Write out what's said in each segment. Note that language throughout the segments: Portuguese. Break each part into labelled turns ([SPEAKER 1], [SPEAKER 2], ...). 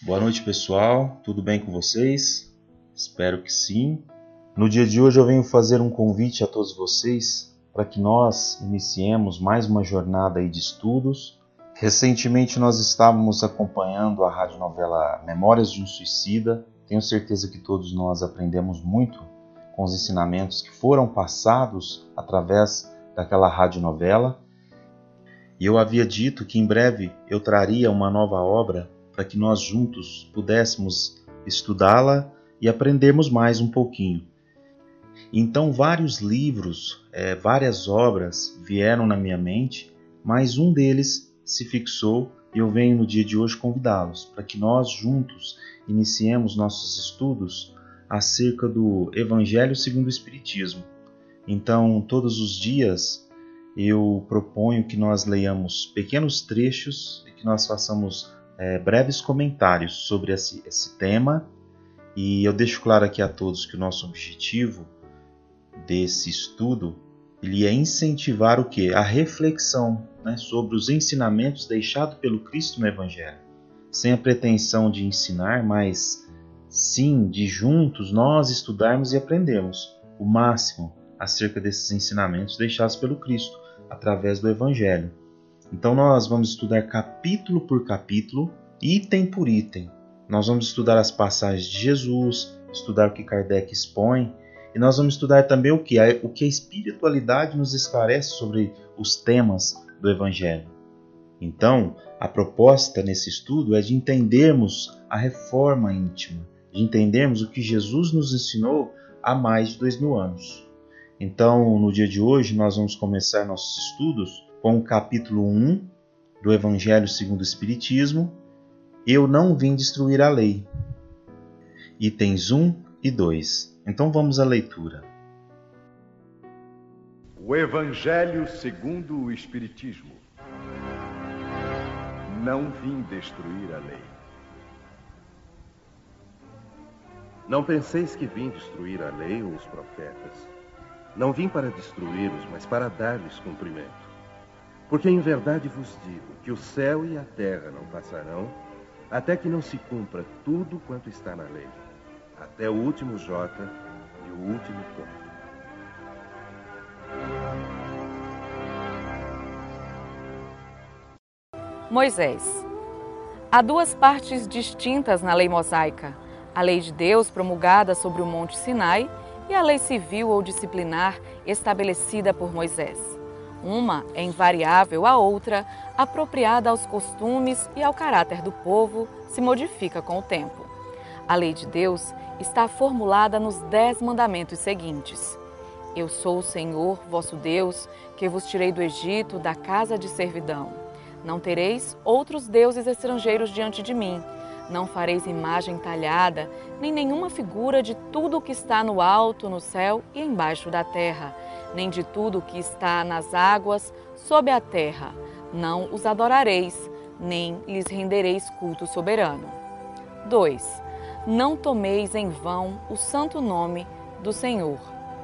[SPEAKER 1] Boa noite, pessoal. Tudo bem com vocês? Espero que sim. No dia de hoje eu venho fazer um convite a todos vocês para que nós iniciemos mais uma jornada aí de estudos. Recentemente nós estávamos acompanhando a radionovela Memórias de um Suicida. Tenho certeza que todos nós aprendemos muito com os ensinamentos que foram passados através daquela radionovela. E eu havia dito que em breve eu traria uma nova obra para que nós juntos pudéssemos estudá-la e aprendermos mais um pouquinho. Então vários livros, várias obras vieram na minha mente, mas um deles se fixou e eu venho no dia de hoje convidá-los para que nós juntos iniciemos nossos estudos acerca do Evangelho segundo o Espiritismo. Então todos os dias eu proponho que nós leiamos pequenos trechos e que nós façamos breves comentários sobre esse tema. E eu deixo claro aqui a todos que o nosso objetivo desse estudo ele é incentivar o quê? A reflexão, sobre os ensinamentos deixados pelo Cristo no Evangelho. Sem a pretensão de ensinar, mas sim de juntos nós estudarmos e aprendermos o máximo acerca desses ensinamentos deixados pelo Cristo através do Evangelho. Então nós vamos estudar capítulo por capítulo, item por item. Nós vamos estudar as passagens de Jesus, estudar o que Kardec expõe, e nós vamos estudar também o que a espiritualidade nos esclarece sobre os temas do Evangelho. Então, a proposta nesse estudo é de entendermos a reforma íntima, de entendermos o que Jesus nos ensinou há mais de 2000 anos. Então, no dia de hoje, nós vamos começar nossos estudos com o capítulo 1 do Evangelho segundo o Espiritismo, Eu não vim destruir a lei, itens 1 e 2. Então vamos à leitura.
[SPEAKER 2] O Evangelho segundo o Espiritismo. Não vim destruir a lei.
[SPEAKER 3] Não penseis que vim destruir a lei ou os profetas. Não vim para destruí-los, mas para dar-lhes cumprimento. Porque em verdade vos digo que o céu e a terra não passarão, até que não se cumpra tudo quanto está na lei. Até o último jota e o último ponto.
[SPEAKER 4] Moisés. Há duas partes distintas na lei mosaica: a lei de Deus promulgada sobre o Monte Sinai e a lei civil ou disciplinar estabelecida por Moisés. Uma é invariável, a outra, apropriada aos costumes e ao caráter do povo, se modifica com o tempo. A lei de Deus está formulada nos 10 mandamentos seguintes. Eu sou o Senhor, vosso Deus, que vos tirei do Egito, da casa de servidão. Não tereis outros deuses estrangeiros diante de mim. Não fareis imagem talhada, nem nenhuma figura de tudo o que está no alto, no céu e embaixo da terra, nem de tudo o que está nas águas, sob a terra. Não os adorareis, nem lhes rendereis culto soberano. 2. Não tomeis em vão o santo nome do Senhor.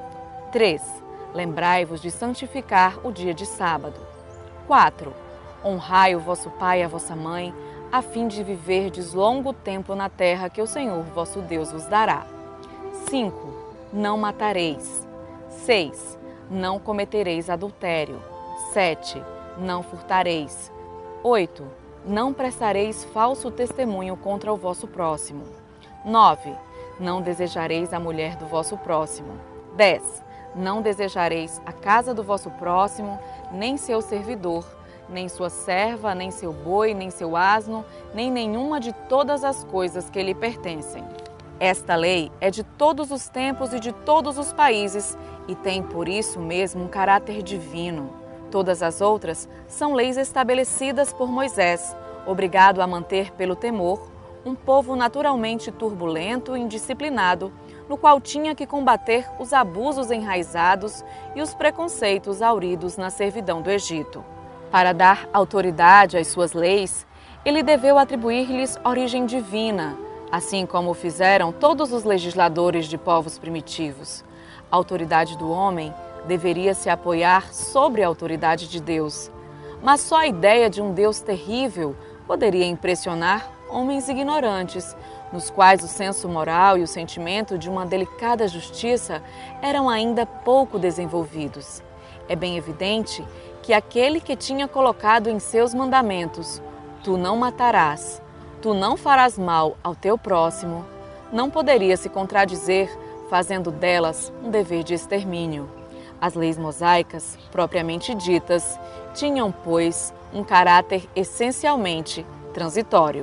[SPEAKER 4] 3. Lembrai-vos de santificar o dia de sábado. 4. Honrai o vosso pai e a vossa mãe, a fim de viverdes longo tempo na terra que o Senhor vosso Deus vos dará. 5. Não matareis. 6. Não cometereis adultério. 7. Não furtareis. 8. Não prestareis falso testemunho contra o vosso próximo. 9. Não desejareis a mulher do vosso próximo. 10. Não desejareis a casa do vosso próximo, nem seu servidor, nem sua serva, nem seu boi, nem seu asno, nem nenhuma de todas as coisas que lhe pertencem. Esta lei é de todos os tempos e de todos os países e tem por isso mesmo um caráter divino. Todas as outras são leis estabelecidas por Moisés, obrigado a manter pelo temor um povo naturalmente turbulento e indisciplinado, no qual tinha que combater os abusos enraizados e os preconceitos hauridos na servidão do Egito. Para dar autoridade às suas leis, ele deveu atribuir-lhes origem divina, assim como fizeram todos os legisladores de povos primitivos. A autoridade do homem deveria se apoiar sobre a autoridade de Deus. Mas só a ideia de um Deus terrível poderia impressionar homens ignorantes, nos quais o senso moral e o sentimento de uma delicada justiça eram ainda pouco desenvolvidos. É bem evidente que aquele que tinha colocado em seus mandamentos: tu não matarás, tu não farás mal ao teu próximo, não poderia se contradizer, fazendo delas um dever de extermínio. As leis mosaicas, propriamente ditas, tinham, pois, um caráter essencialmente transitório.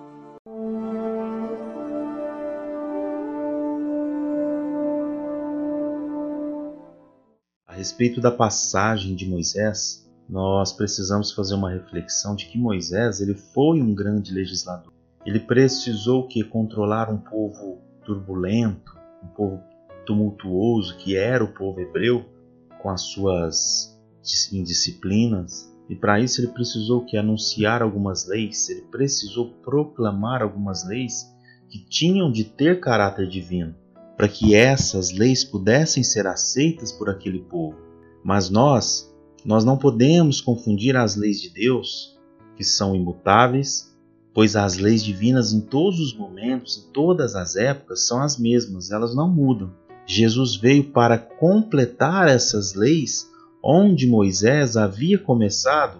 [SPEAKER 1] A respeito da passagem de Moisés, nós precisamos fazer uma reflexão de que Moisés ele foi um grande legislador. Ele precisou controlar um povo turbulento, um povo tumultuoso, que era o povo hebreu, com as suas indisciplinas. E para isso ele precisou anunciar algumas leis, ele precisou proclamar algumas leis que tinham de ter caráter divino, para que essas leis pudessem ser aceitas por aquele povo. Mas nós não podemos confundir as leis de Deus, que são imutáveis, pois as leis divinas em todos os momentos, em todas as épocas, são as mesmas, elas não mudam. Jesus veio para completar essas leis onde Moisés havia começado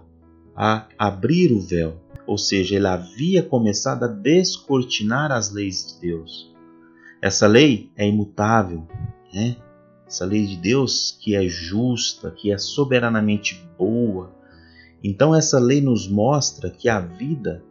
[SPEAKER 1] a abrir o véu, ou seja, ele havia começado a descortinar as leis de Deus. Essa lei é imutável, né? Essa lei de Deus que é justa, que é soberanamente boa. Então essa lei nos mostra que a vida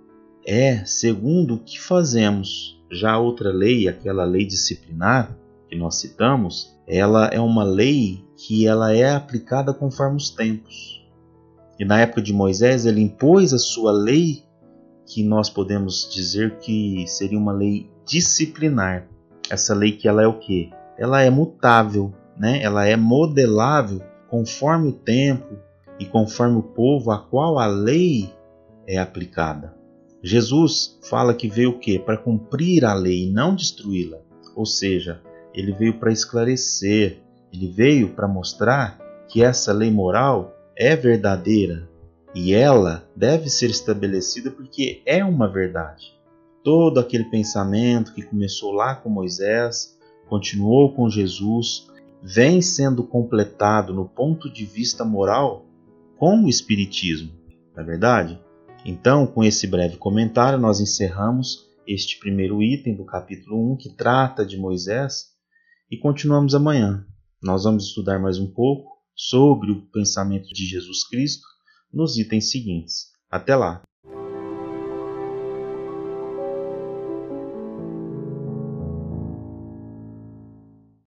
[SPEAKER 1] é segundo o que fazemos. Já a outra lei, aquela lei disciplinar que nós citamos, ela é uma lei que ela é aplicada conforme os tempos. E na época de Moisés ele impôs a sua lei, que nós podemos dizer que seria uma lei disciplinar. Essa lei que ela é o quê? Ela é mutável, né? Ela é modelável conforme o tempo e conforme o povo a qual a lei é aplicada. Jesus fala que veio o quê? Para cumprir a lei e não destruí-la. Ou seja, ele veio para esclarecer, ele veio para mostrar que essa lei moral é verdadeira e ela deve ser estabelecida porque é uma verdade. Todo aquele pensamento que começou lá com Moisés, continuou com Jesus, vem sendo completado no ponto de vista moral com o Espiritismo, não é verdade? Então, com esse breve comentário, nós encerramos este primeiro item do capítulo 1, que trata de Moisés, e continuamos amanhã. Nós vamos estudar mais um pouco sobre o pensamento de Jesus Cristo nos itens seguintes. Até lá!